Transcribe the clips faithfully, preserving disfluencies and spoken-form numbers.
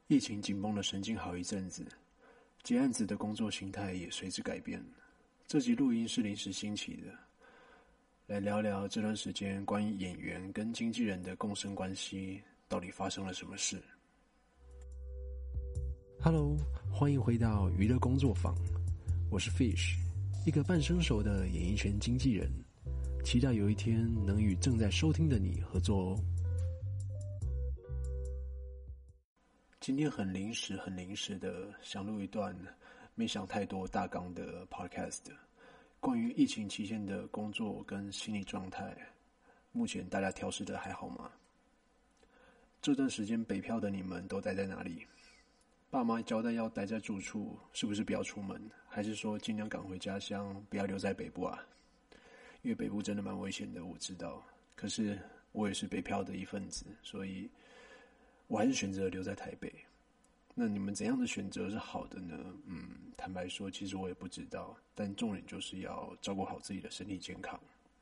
疫情紧绷的神经好一阵子，接案子的工作形态也随之改变。这集录音是临时兴起的，来聊聊这段时间关于演员跟经纪人的共生关系到底发生了什么事。Hello， 欢迎回到娱乐工作坊，我是 Fish， 一个半生熟的演艺圈经纪人，期待有一天能与正在收听的你合作哦。今天很临时很临时的想录一段没想太多大纲的 podcast， 关于疫情期间的工作跟心理状态，目前大家调试的还好吗？这段时间北漂的你们都待在哪里？爸妈交代要待在住处，是不是不要出门？还是说尽量赶回家乡，不要留在北部啊？因为北部真的蛮危险的，我知道。可是我也是北漂的一份子，所以我还是选择留在台北。那你们怎样的选择是好的呢？嗯，坦白说，其实我也不知道。但重点就是要照顾好自己的身体健康。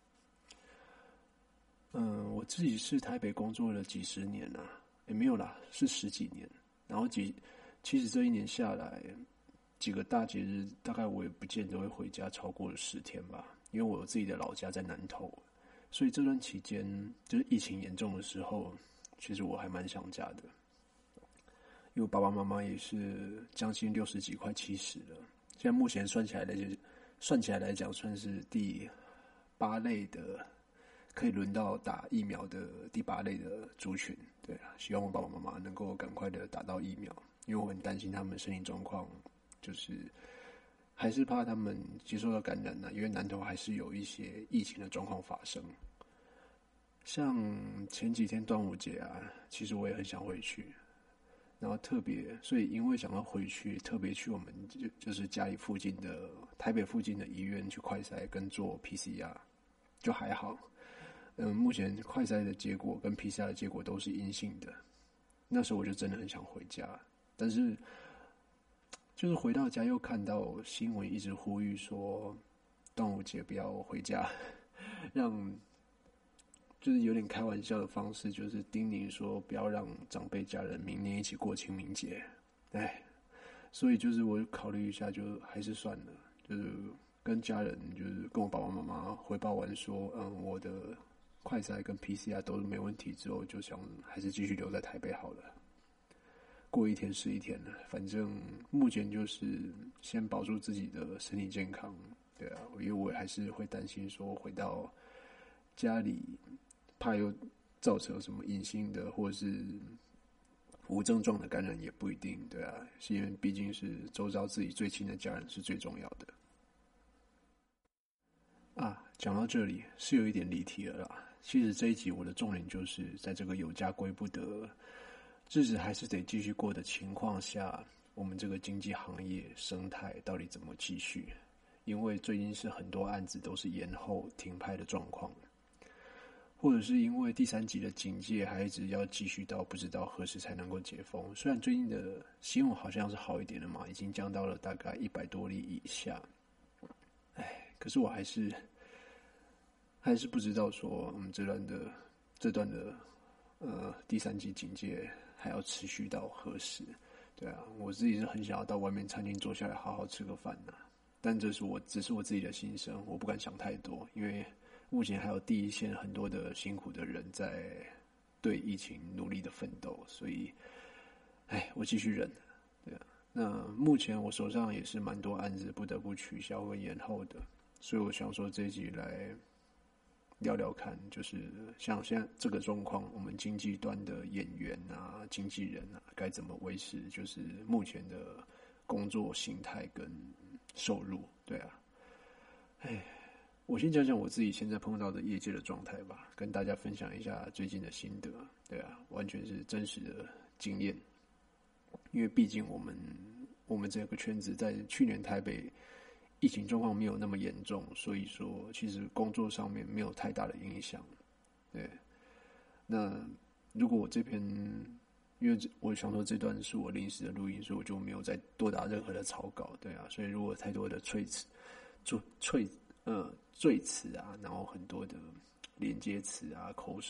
嗯，我自己是台北工作了几十年啦，也没有啦，是十几年。然后几，其实这一年下来，几个大节日，大概我也不见得会回家超过十天吧，因为我有自己的老家在南投，所以这段期间就是疫情严重的时候，其实我还蛮想家的。因为我爸爸妈妈也是将近六十几快七十了，现在目前算起来来讲，算起来来讲算是第八类的，可以轮到打疫苗的第八类的族群。对啊，希望我爸爸妈妈能够赶快的打到疫苗，因为我很担心他们身体状况，就是还是怕他们接受到感染啊，因为南投还是有一些疫情的状况发生。像前几天端午节啊，其实我也很想回去。然后特别，所以因为想要回去，特别去我们就就是家里附近的台北附近的医院去快筛跟做 P C R， 就还好。嗯，目前快筛的结果跟 P C R 的结果都是阴性的。那时候我就真的很想回家，但是就是回到家又看到新闻一直呼吁说端午节不要回家，让。就是有点开玩笑的方式，就是叮咛说不要让长辈家人明年一起过清明节，哎，所以就是我考虑一下，就还是算了，就是跟家人，就是跟我爸爸妈妈汇报完说，嗯，我的快筛跟 P C R 都是没问题之后，就想还是继续留在台北好了，过一天是一天了，反正目前就是先保住自己的身体健康，对啊，因为我还是会担心说回到家里。怕又造成什么隐性的或者是无症状的感染也不一定，对啊，因为毕竟是周遭自己最亲的家人是最重要的。啊，讲到这里是有一点离题了啦。其实这一集我的重点就是在这个有家归不得，日子还是得继续过的情况下，我们这个经纪行业生态到底怎么继续？因为最近是很多案子都是延后停拍的状况。或者是因为第三级的警戒还一直要继续到不知道何时才能够解封。虽然最近的新闻好像是好一点了嘛，已经降到了大概一百多例以下。哎，可是我还是还是不知道说，嗯，这段的这段的呃第三级警戒还要持续到何时？对啊，我自己是很想要到外面餐厅坐下来好好吃个饭呐、啊，但这是我只是我自己的心声，我不敢想太多，因为。目前还有第一线很多的辛苦的人在对疫情努力的奋斗，所以，哎，我继续忍。对啊，那目前我手上也是蛮多案子不得不取消和延后的，所以我想说这一集来聊聊看，就是像现在这个状况，我们经纪端的演员啊、经纪人啊，该怎么维持就是目前的工作形态跟收入？对啊，哎。我先讲讲我自己现在碰到的业界的状态吧，跟大家分享一下最近的心得。对啊，完全是真实的经验。因为毕竟我们我们这个圈子在去年台北疫情状况没有那么严重，所以说其实工作上面没有太大的影响。对，那如果我这篇，因为我想说这段是我临时的录音，所以我就没有再多打任何的草稿。对啊，所以如果太多的赘词、赘呃赘词啊，然后很多的连接词啊、口水的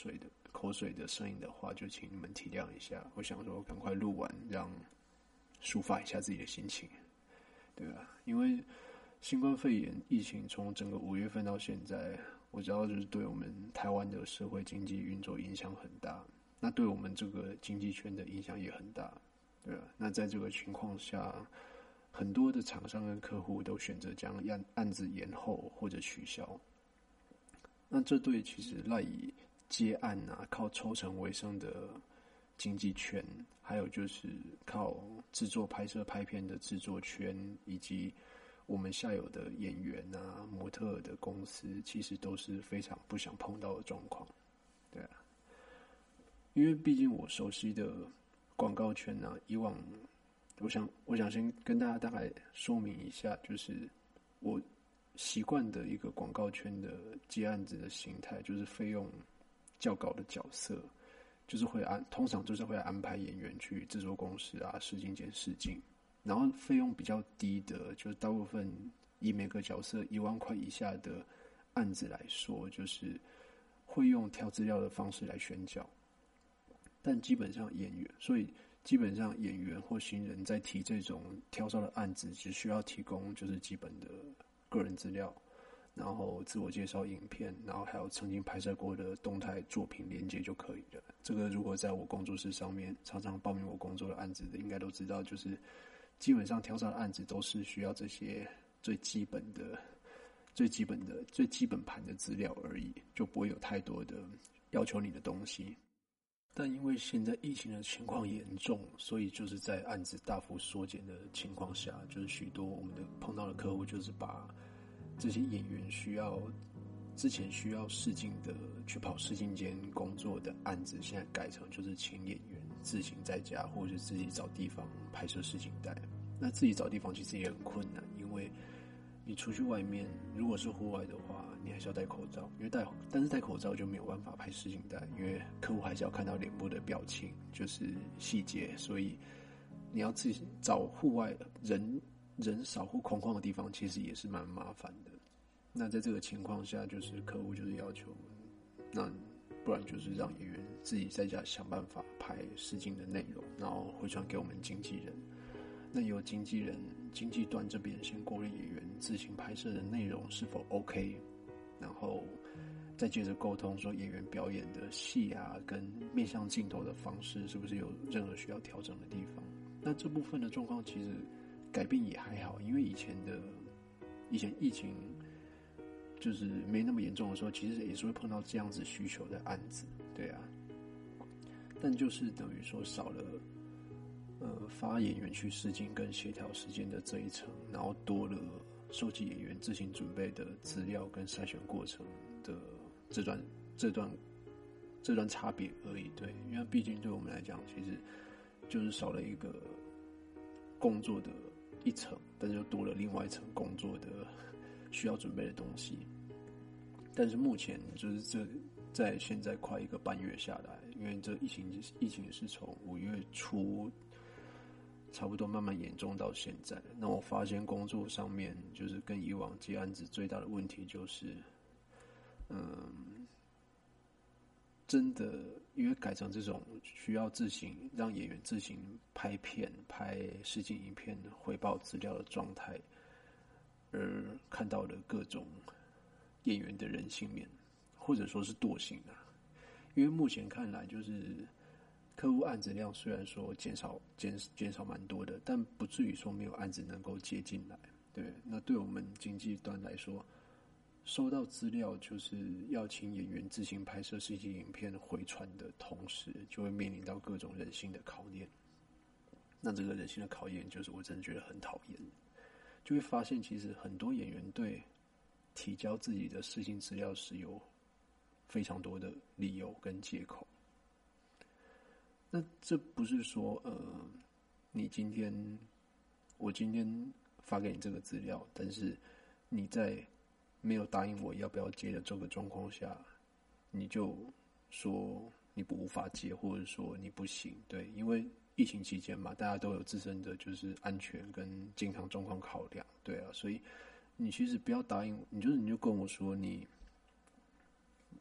口水的声音的话，就请你们体谅一下。我想说，赶快录完，让抒发一下自己的心情，对吧？因为新冠肺炎疫情从整个五月份到现在，我知道就是对我们台湾的社会经济运作影响很大，那对我们这个经济圈的影响也很大，对吧？那在这个情况下，很多的厂商跟客户都选择将案案子延后或者取消。那这对其实赖以接案啊，靠抽成为生的经济圈，还有就是靠制作拍摄拍片的制作圈，以及我们下游的演员啊、模特的公司，其实都是非常不想碰到的状况，对啊。因为毕竟我熟悉的广告圈啊，以往我想我想先跟大家大概说明一下，就是我习惯的一个广告圈的接案子的形态，就是费用较高的角色，就是会安，通常就是会安排演员去制作公司啊试镜兼试镜，然后费用比较低的，就是大部分以每个角色一万块以下的案子来说，就是会用挑资料的方式来选角，但基本上演员，所以基本上演员或新人在提这种挑烧的案子，只需要提供就是基本的个人资料，然后自我介绍影片，然后还有曾经拍摄过的动态作品连接就可以了。这个如果在我工作室上面常常报名我工作的案子的，应该都知道，就是基本上挑烧的案子都是需要这些最基本的、最基本的、最基本盘的资料而已，就不会有太多的要求你的东西。但因为现在疫情的情况严重，所以就是在案子大幅缩减的情况下，就是许多我们的碰到的客户就是把这些演员需要之前需要试镜的去跑试镜间工作的案子，现在改成就是请演员自行在家或者是自己找地方拍摄试镜带。那自己找地方其实也很困难，因为你出去外面，如果是户外的话，你还是要戴口罩，因为戴但是戴口罩就没有办法拍试镜带，因为客户还是要看到脸部的表情，就是细节，所以你要自己找户外人人少或空旷的地方，其实也是蛮麻烦的。那在这个情况下，就是客户就是要求，那不然就是让演员自己在家想办法拍试镜的内容，然后回传给我们经纪人。那由经纪人经纪端这边先过滤演员自行拍摄的内容是否 OK， 然后再接着沟通说演员表演的戏啊跟面向镜头的方式是不是有任何需要调整的地方。那这部分的状况其实改变也还好，因为以前的以前疫情就是没那么严重的时候，其实也是会碰到这样子需求的案子，对啊。但就是等于说少了呃，发演员去试镜跟协调时间的这一层，然后多了收集演员自行准备的资料跟筛选过程的这段这段这段差别而已。对，因为毕竟对我们来讲，其实就是少了一个工作的一层，但是又多了另外一层工作的需要准备的东西。但是目前就是这在现在快一个半月下来，因为这疫情疫情是从五月初差不多慢慢严重到现在。那我发现工作上面就是跟以往接案子最大的问题就是，嗯，真的因为改成这种需要自行让演员自行拍片、拍试镜影片、汇报资料的状态，而看到了各种演员的人性面，或者说是惰性啊。因为目前看来就是客户案子量虽然说减少减减少蛮多的，但不至于说没有案子能够接进来。对，那对我们经纪端来说，收到资料就是要请演员自行拍摄试镜影片回传的同时，就会面临到各种人性的考验。那这个人性的考验，就是我真的觉得很讨厌，就会发现其实很多演员对提交自己的试镜资料时有非常多的理由跟借口。那这不是说呃，你今天我今天发给你这个资料，但是你在没有答应我要不要接的这个状况下，你就说你不无法接，或者说你不行。对，因为疫情期间嘛，大家都有自身的就是安全跟健康状况考量，对啊，所以你其实不要答应，你就是你就跟我说你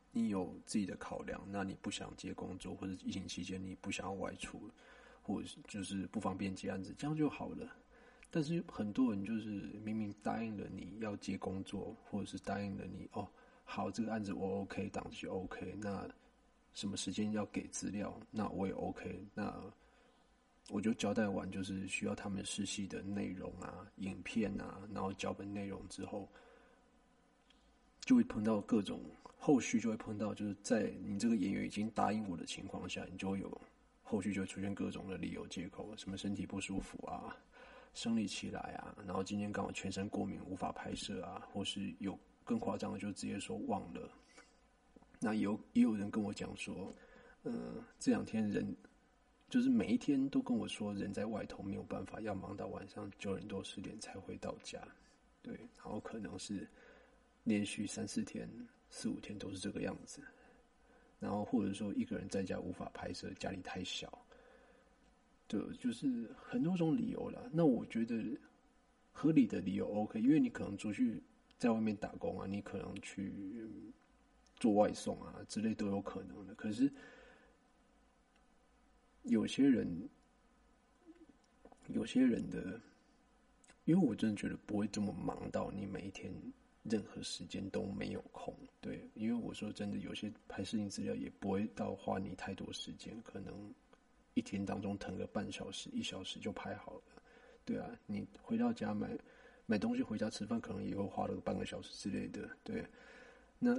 你有自己的考量，那你不想接工作，或者疫情期间你不想要外出，或者是就是不方便接案子，这样就好了。但是很多人就是明明答应了你要接工作，或者是答应了你哦，好，这个案子我 OK， 档期 OK， 那什么时间要给资料，那我也 OK， 那我就交代完就是需要他们实习的内容啊、影片啊，然后脚本内容之后，就会碰到各种后续就会碰到，就是在你这个演员已经答应我的情况下，你就会有后续就会出现各种的理由借口，什么身体不舒服啊。生理期来啊，然后今天刚好全身过敏无法拍摄啊，或是有更夸张的就直接说忘了。那也有也有人跟我讲说，呃，这两天人就是每一天都跟我说人在外头没有办法，要忙到晚上九点多十点才回到家。对，然后可能是连续三四天、四五天都是这个样子。然后或者说一个人在家无法拍摄，家里太小。对，就是很多种理由啦。那我觉得合理的理由 OK， 因为你可能出去在外面打工啊，你可能去做外送啊之类都有可能的。可是有些人，有些人的，因为我真的觉得不会这么忙到你每一天任何时间都没有空。对，因为我说真的，有些拍摄影资料也不会到花你太多时间，可能一天当中腾个半小时、一小时就拍好了。对啊，你回到家买买东西回家吃饭，可能也会花了个半个小时之类的。对，那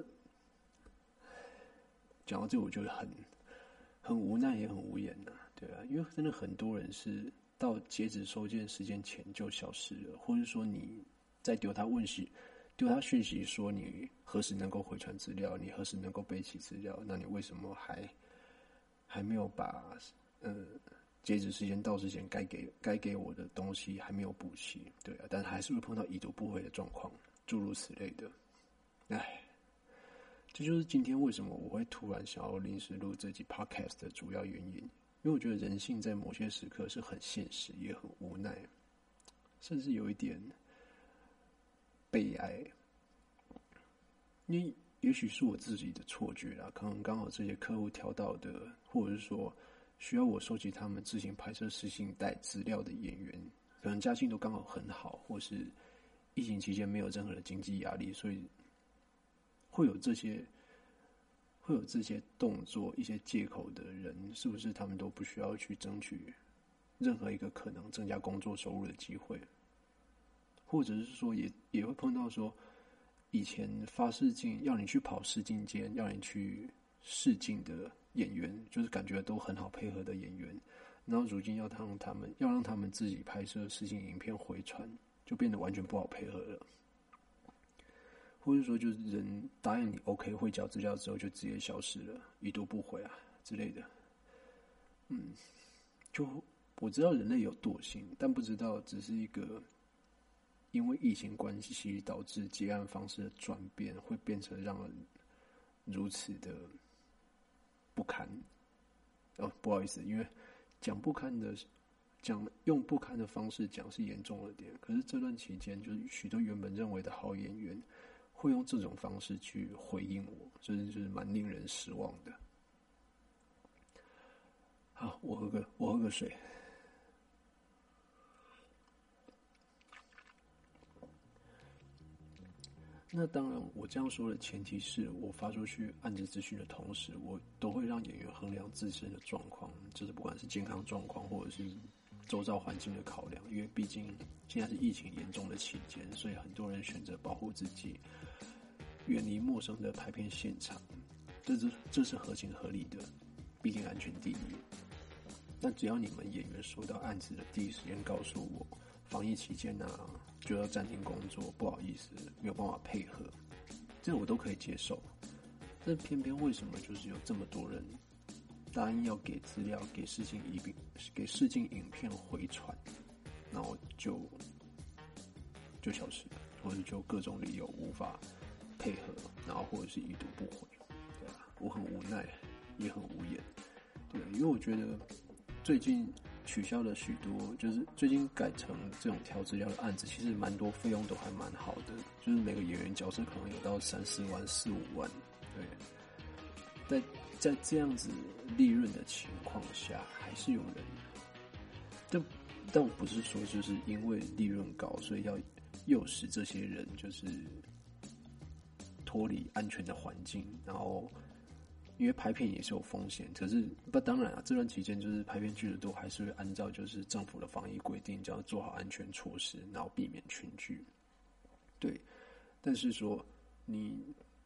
讲到这，我觉得很很无奈，也很无言呐、啊。对啊，因为真的很多人是到截止收件时间前就消失了，或者说你在丢他问息、丢他讯息说你何时能够回传资料，你何时能够备齐资料，那你为什么还还没有把呃，截止时间到之前该给该给我的东西还没有补齐，对啊，但还是会碰到已读不回的状况，诸如此类的。唉，这就是今天为什么我会突然想要临时录这集 podcast 的主要原因，因为我觉得人性在某些时刻是很现实，也很无奈，甚至有一点悲哀。因为也许是我自己的错觉啦，可能刚好这些客户挑到的，或者是说需要我收集他们自行拍摄实行带资料的演员，可能家境都刚好很好，或是疫情期间没有任何的经济压力，所以会有这些会有这些动作、一些借口的人，是不是他们都不需要去争取任何一个可能增加工作收入的机会？或者是说也，也也会碰到说，以前发试镜要你去跑试镜间，要你去试镜的演员，就是感觉都很好配合的演员，然后如今要让他们要让他们自己拍摄试镜影片回传，就变得完全不好配合了。或者说，就是人答应你 OK 会交资料之后，就直接消失了，已读不回啊之类的。嗯，就我知道人类有惰性，但不知道只是一个因为疫情关系导致结案方式的转变，会变成让人如此的不堪。哦，不好意思，因为讲不堪的，讲用不堪的方式讲是严重了点。可是这段期间，就是许多原本认为的好演员，会用这种方式去回应我，这就是蛮令人失望的。好，我喝个我喝个水。那当然，我这样说的前提是我发出去案子资讯的同时，我都会让演员衡量自身的状况，就是不管是健康状况或者是周遭环境的考量。因为毕竟现在是疫情严重的期间，所以很多人选择保护自己，远离陌生的拍片现场，这是这是合情合理的，毕竟安全第一。但只要你们演员收到案子的第一时间告诉我，防疫期间啊就要暂停工作，不好意思，没有办法配合，这我都可以接受。但偏偏为什么就是有这么多人答应要给资料、给试镜影片、给试镜影片回传，然后就就消失了，或者就各种理由无法配合，然后或者是已读不回，对啊，我很无奈，也很无言，对，因为我觉得最近取消了许多，就是最近改成这种调资料的案子，其实蛮多费用都还蛮好的，就是每个演员角色可能有到三四万、四五万，对。 在在这样子利润的情况下，还是有人，但但我不是说就是因为利润高，所以要诱使这些人就是脱离安全的环境，然后因为拍片也是有风险，可是不当然啊，这段期间就是拍片剧的都还是会按照就是政府的防疫规定，就要做好安全措施，然后避免群聚。对，但是说你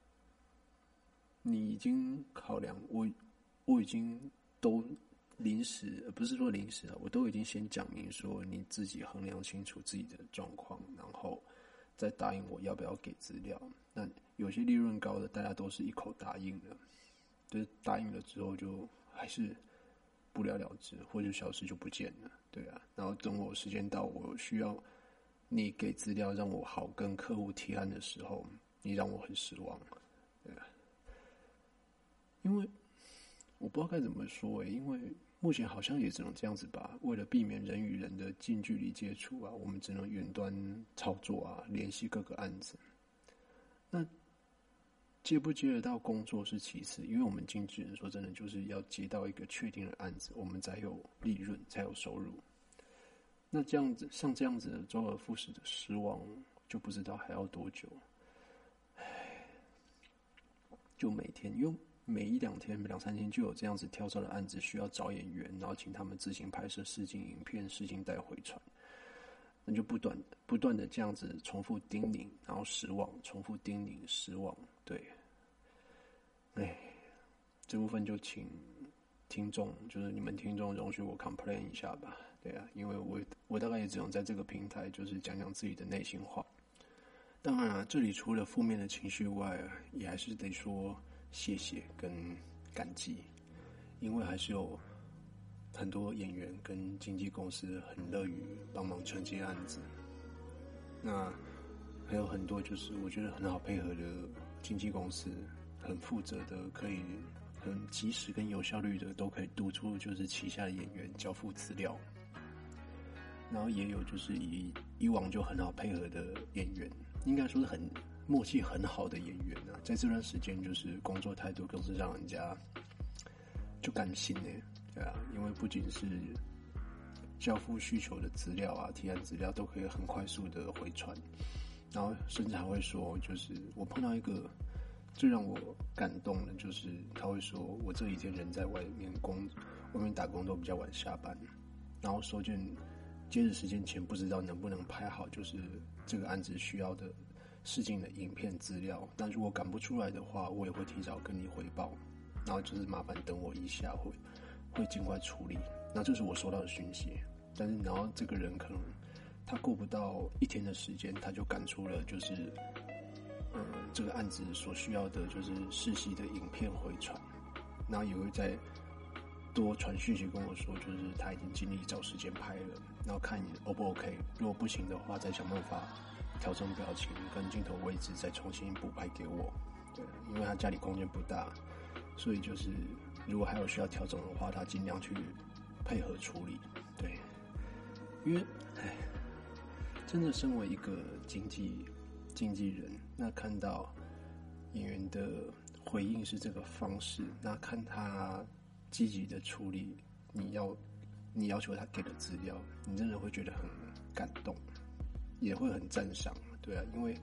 你已经考量我我已经都临时，不是说临时啊，我都已经先讲明说你自己衡量清楚自己的状况，然后再答应我要不要给资料。那有些利润高的，大家都是一口答应了。就是答应了之后就还是不了了之，或者消失就不见了，对啊。然后等我时间到，我需要你给资料让我好跟客户提案的时候，你让我很失望，对啊。因为我不知道该怎么说诶、欸，因为目前好像也只能这样子吧。为了避免人与人的近距离接触啊，我们只能远端操作啊，联系各个案子。那接不接得到工作是其次，因为我们经纪人说真的就是要接到一个确定的案子，我们才有利润，才有收入。那这样子，像这样子的周而复始的失望，就不知道还要多久。唉，就每天，因为每一两天、两三天就有这样子跳蚤的案子，需要找演员，然后请他们自行拍摄试镜影片、试镜带回传。那就不断不断的这样子重复叮咛，然后失望，重复叮咛，失望，对。哎，这部分就请听众，就是你们听众容许我 complain 一下吧，对啊，因为我我大概也只能在这个平台就是讲讲自己的内心话。当然啊，这里除了负面的情绪外，也还是得说谢谢跟感激，因为还是有很多演员跟经纪公司很乐于帮忙承接案子，那还有很多就是我觉得很好配合的经纪公司，很负责的，可以很及时跟有效率的都可以督促就是旗下的演员交付资料，然后也有就是以以往就很好配合的演员，应该说是很默契很好的演员啊，在这段时间就是工作态度更是让人家就甘心耶。对啊，因为不仅是交付需求的资料啊、提案资料都可以很快速的回传，然后甚至还会说，就是我碰到一个最让我感动的，就是他会说我这几天人在外面工，外面打工都比较晚下班，然后收件截止时间前不知道能不能拍好，就是这个案子需要的试镜的影片资料，那如果赶不出来的话，我也会提早跟你汇报，然后就是麻烦等我一下会。会尽快处理，那这是我收到的讯息。但是，然后这个人可能他过不到一天的时间，他就赶出了就是，呃，这个案子所需要的就是实习的影片回传，然后也会再多传讯息跟我说，就是他已经尽力找时间拍了，然后看你 O 不 OK， 如果不行的话，再想办法调整表情跟镜头位置，再重新补拍给我。对，因为他家里空间不大，所以就是。如果还有需要调整的话，他尽量去配合处理。对，因为唉，真的身为一个经纪经纪人，那看到演员的回应是这个方式，那看他积极的处理你要你要求他给的资料，你真的会觉得很感动，也会很赞赏。对啊，因为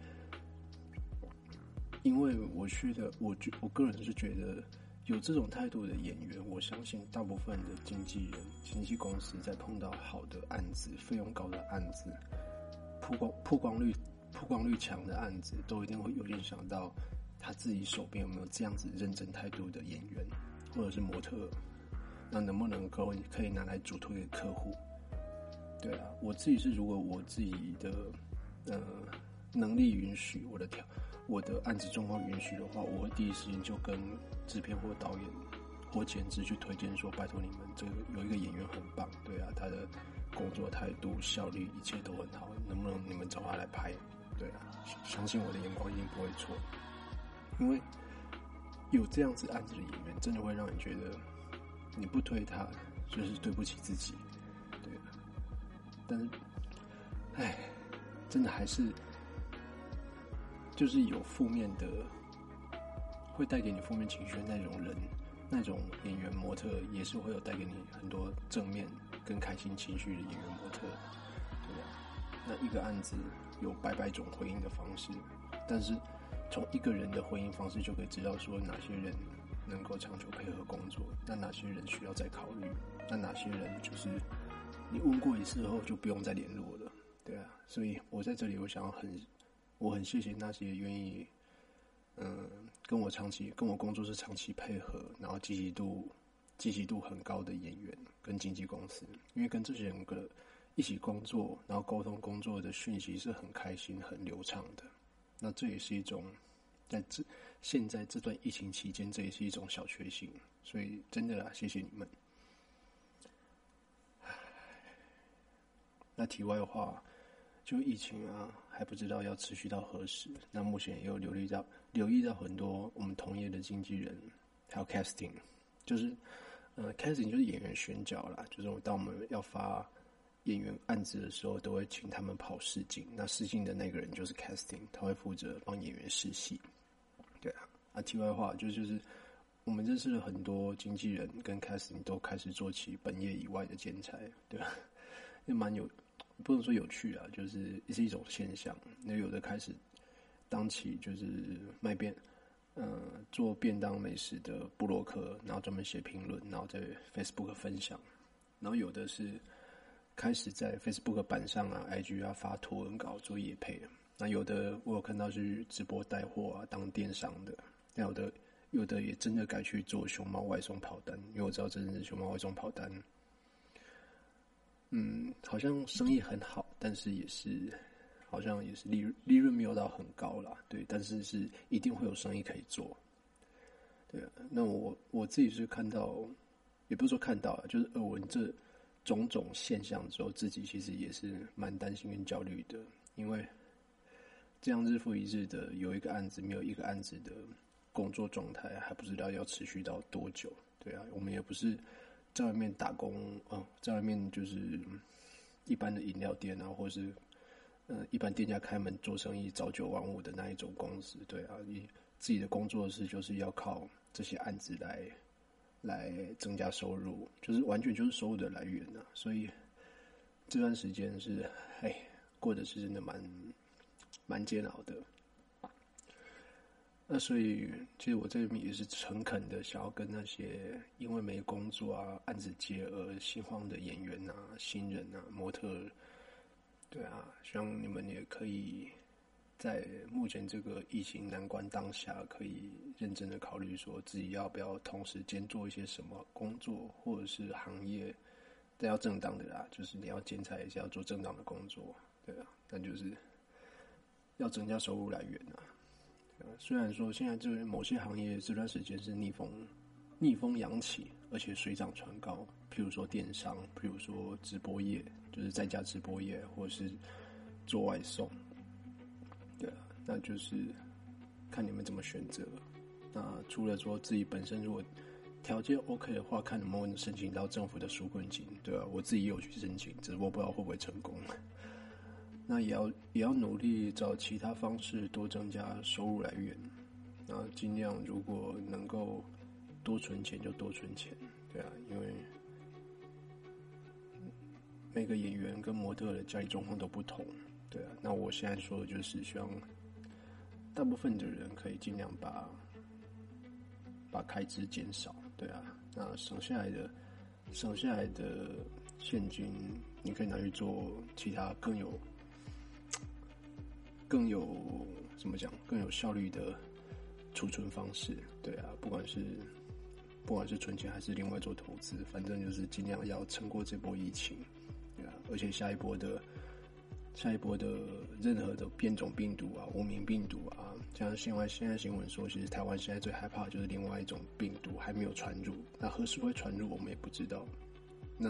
因为我觉得，我觉我个人是觉得。有这种态度的演员，我相信大部分的经纪人、经纪公司在碰到好的案子、费用高的案子、曝光曝光率曝光率强的案子，都一定会有点想到他自己手边有没有这样子认真态度的演员或者是模特，那能不能够可以拿来主推给客户？对啊，我自己是如果我自己的呃能力允许，我的条。我的案子状况允许的话，我会第一时间就跟制片或导演或监制去推荐说，拜托你们，这个有一个演员很棒，对啊，他的工作态度、效率一切都很好，能不能你们找他来拍？对啊，相信我的眼光一定不会错，因为有这样子案子的演员，真的会让你觉得你不推他就是对不起自己，对啊，但是，唉，真的还是。就是有负面的会带给你负面情绪的那种人，那种演员模特也是会有带给你很多正面跟开心情绪的演员模特，对吧？那一个案子有百百种回应的方式，但是从一个人的回应方式就可以知道说哪些人能够长久配合工作，那哪些人需要再考虑，那哪些人就是你问过一次后就不用再联络了，对啊。所以我在这里我想要很我很谢谢那些愿意嗯跟我长期跟我工作是长期配合，然后积极度积极度很高的演员跟经纪公司，因为跟这些人个一起工作，然后沟通工作的讯息是很开心很流畅的。那这也是一种在这现在这段疫情期间，这也是一种小确幸，所以真的啦，谢谢你们。那题外话，就疫情啊，还不知道要持续到何时。那目前也有留意到留意到很多我们同业的经纪人，还有 casting， 就是呃 casting 就是演员选角啦，就是当我们要发演员案子的时候，都会请他们跑试镜。那试镜的那个人就是 casting， 他会负责帮演员试戏。对啊，啊，题外话就是就是我们认识了很多经纪人跟 casting 都开始做起本业以外的兼差，对吧？也蛮有，不能说有趣啊，就是是一种现象。那有的开始当起就是卖便，呃，做便当美食的部落客，然后专门写评论，然后在 Facebook 分享。然后有的是开始在 Facebook 版上啊、I G 啊发图文稿做业配。那有的我有看到是直播带货啊，当电商的。那有的有的也真的改去做熊猫外送跑单，因为我知道真的是熊猫外送跑单。嗯，好像生意很好，但是也是好像也是利润利润没有到很高啦，对，但是是一定会有生意可以做，对啊。那我我自己是看到，也不是说看到啊，就是耳闻这种种现象之后，自己其实也是蛮担心跟焦虑的，因为这样日复一日的有一个案子没有一个案子的工作状态，还不知道要持续到多久，对啊，我们也不是在外面打工，哦，在外面就是一般的饮料店啊，或是呃一般店家开门做生意朝九晚五的那一种公司，对啊，你自己的工作室就是要靠这些案子来来增加收入，就是完全就是收入的来源啊。所以这段时间是，哎，过得是真的蛮蛮煎熬的。那所以，其实我这边也是诚恳的，想要跟那些因为没工作啊、案子接而心慌的演员啊、新人啊、模特，对啊，希望你们也可以在目前这个疫情难关当下，可以认真的考虑说自己要不要同时兼做一些什么工作或者是行业，但要正当的啦，就是你要兼差也是要做正当的工作，对啊，但就是要增加收入来源啊。虽然说现在这某些行业这段时间是逆风逆风扬起，而且水涨船高，譬如说电商，譬如说直播业，就是在家直播业，或是做外送，对啊，那就是看你们怎么选择。那除了说自己本身如果条件 OK 的话，看能不能申请到政府的纾困金，对啊，我自己也有去申请，只不过不知道会不会成功。那也要也要努力找其他方式多增加收入来源，那尽量如果能够多存钱就多存钱，对啊，因为每个演员跟模特的家里状况都不同，对啊。那我现在说的就是希望大部分的人可以尽量把把开支减少，对啊，那省下来的省下来的现金，你可以拿去做其他更有。更有怎么讲？更有效率的储存方式，对啊，不管是不管是存钱还是另外做投资，反正就是尽量要撑过这波疫情，对啊，而且下一波的下一波的任何的变种病毒啊、无名病毒啊，像现在现在新闻说，其实台湾现在最害怕的就是另外一种病毒还没有传入，那何时会传入我们也不知道，那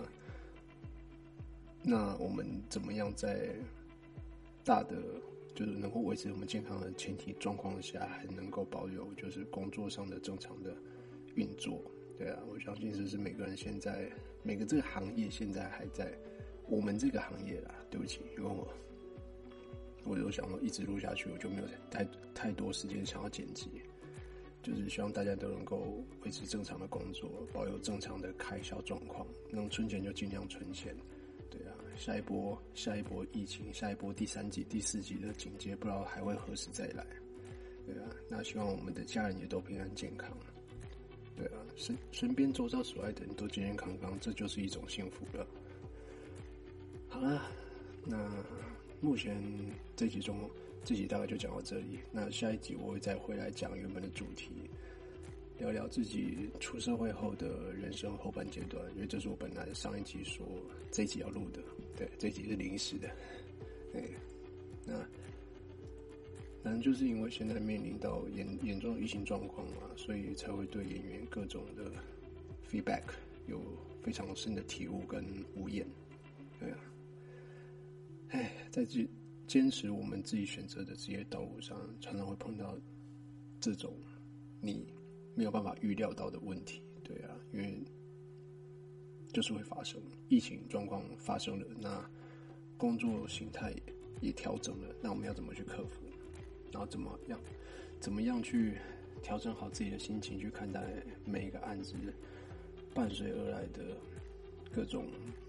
那我们怎么样在大的就是能够维持我们健康的前提状况下，还能够保有就是工作上的正常的运作，对啊，我相信这是每个人现在每个这个行业现在还在我们这个行业啦，对不起，因为我我有想说一直录下去，我就没有太太多时间想要剪辑， 就是希望大家都能够维持正常的工作，保有正常的开销状况，能存钱就尽量存钱。对啊，下一波下一波疫情，下一波第三季、第四季的警戒，不知道还会何时再来。对啊，那希望我们的家人也都平安健康。对啊，身身边周遭所爱的人都健健康康，这就是一种幸福了。好了，那目前这集中这集大概就讲到这里。那下一集我会再回来讲原本的主题，聊聊自己出社会后的人生后半阶段，因为这是我本来上一集说这一集要录的，对，这一集是临时的。对，那可能就是因为现在面临到严严重的疫情状况嘛，所以才会对演员各种的 feedback 有非常深的体悟跟无言。对啊，哎，在这坚持我们自己选择的职业道路上，常常会碰到这种你没有办法预料到的问题。对啊，因为就是会发生，疫情状况发生了，那工作形态也调整了，那我们要怎么去克服？然后怎么样，怎么样去调整好自己的心情，去看待每一个案子伴随而来的各种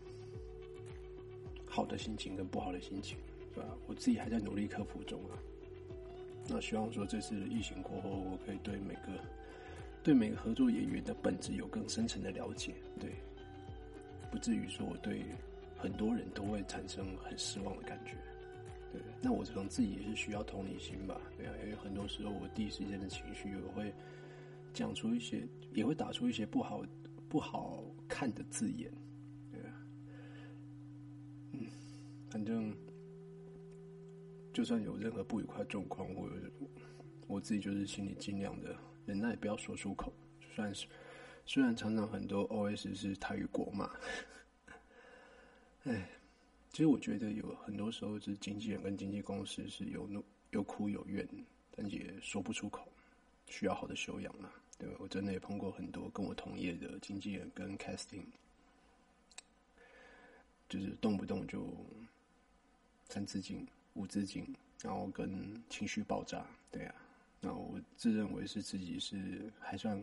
好的心情跟不好的心情，对吧？我自己还在努力克服中啊。那希望说这次疫情过后，我可以对每个对每个合作演员的本质有更深层的了解，对，不至于说我对很多人都会产生很失望的感觉。对，那我可能自己也是需要同理心吧，对啊，因为很多时候我第一时间的情绪，我会讲出一些，也会打出一些不好不好看的字眼，对啊，嗯，反正就算有任何不愉快状况，我我自己就是心里尽量的忍耐，不要说出口。虽然是虽然常常很多 O S 是台语国骂，哎。其实我觉得有很多时候是经纪人跟经纪公司是有怒有苦有怨，但也说不出口，需要好的修养嘛。对吧？我真的也碰过很多跟我同业的经纪人跟 casting， 就是动不动就三字经、五字经，然后跟情绪爆炸。对啊，那我自认为是自己是还算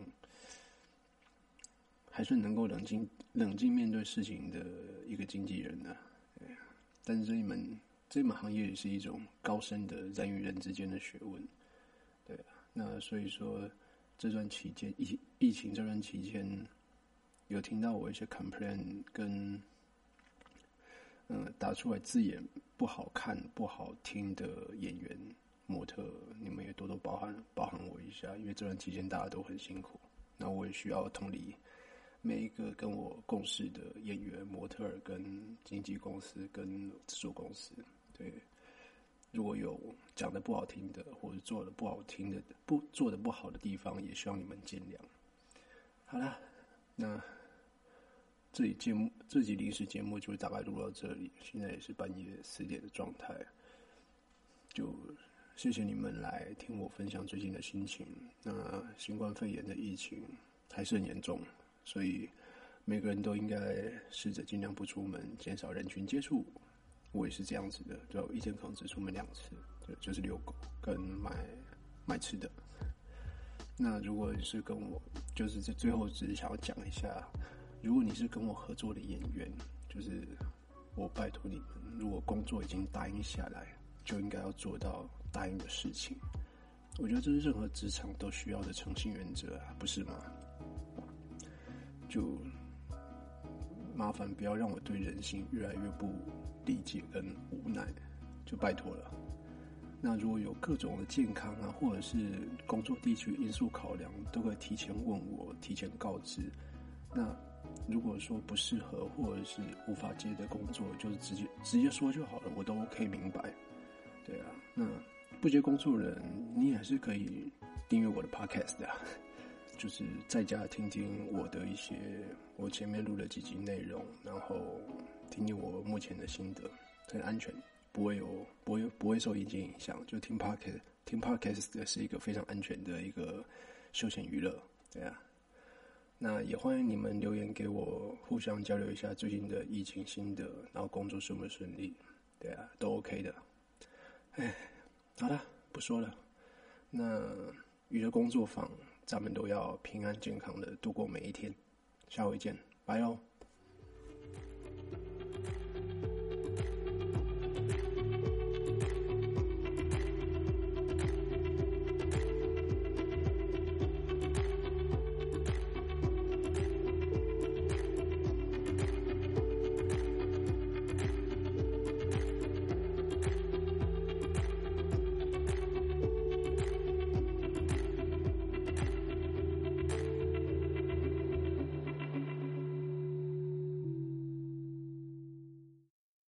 还算能够冷静冷静面对事情的一个经纪人呢、啊。但是这一门这门行业也是一种高深的人与人之间的学问，对啊。那所以说这段期间疫疫情这段期间，有听到我一些 complain 跟嗯、呃、打出来字眼不好看不好听的演员模特，你们也多多包涵包涵我一下，因为这段期间大家都很辛苦，那我也需要同理每一个跟我共事的演员、模特儿、跟经纪公司、跟制作公司，对，如果有讲的不好听的，或者做的不好听的、不做的不好的地方，也希望你们见谅。好啦，那这里节目这集临时节目就大概录到这里，现在也是半夜四点的状态，就谢谢你们来听我分享最近的心情。那新冠肺炎的疫情还是很严重。所以每个人都应该试着尽量不出门，减少人群接触。我也是这样子的，就一天可能只出门两次，对，就是遛狗跟买买吃的。那如果你是跟我，就是在最后只是想要讲一下，如果你是跟我合作的演员，就是我拜托你们，如果工作已经答应下来，就应该要做到答应的事情。我觉得这是任何职场都需要的诚信原则啊，不是吗？就麻烦不要让我对人性越来越不理解跟无奈，就拜托了。那如果有各种的健康啊，或者是工作地区因素考量，都可以提前问我，提前告知。那如果说不适合或者是无法接的工作，就是直接直接说就好了，我都可以明白。对啊，那不接工作人，你还是可以订阅我的 podcast 的、啊。就是在家听听我的一些我前面录的几集内容，然后听听我目前的心得，很安全，不会有不会不会受疫情影响。就听 podcast 听 podcast 是一个非常安全的一个休闲娱乐，对啊。那也欢迎你们留言给我，互相交流一下最近的疫情心得，然后工作顺不顺利，对啊，都 OK 的。哎，好了，不说了。那娱乐工作坊咱们都要平安健康的度过每一天。下回见，拜喽。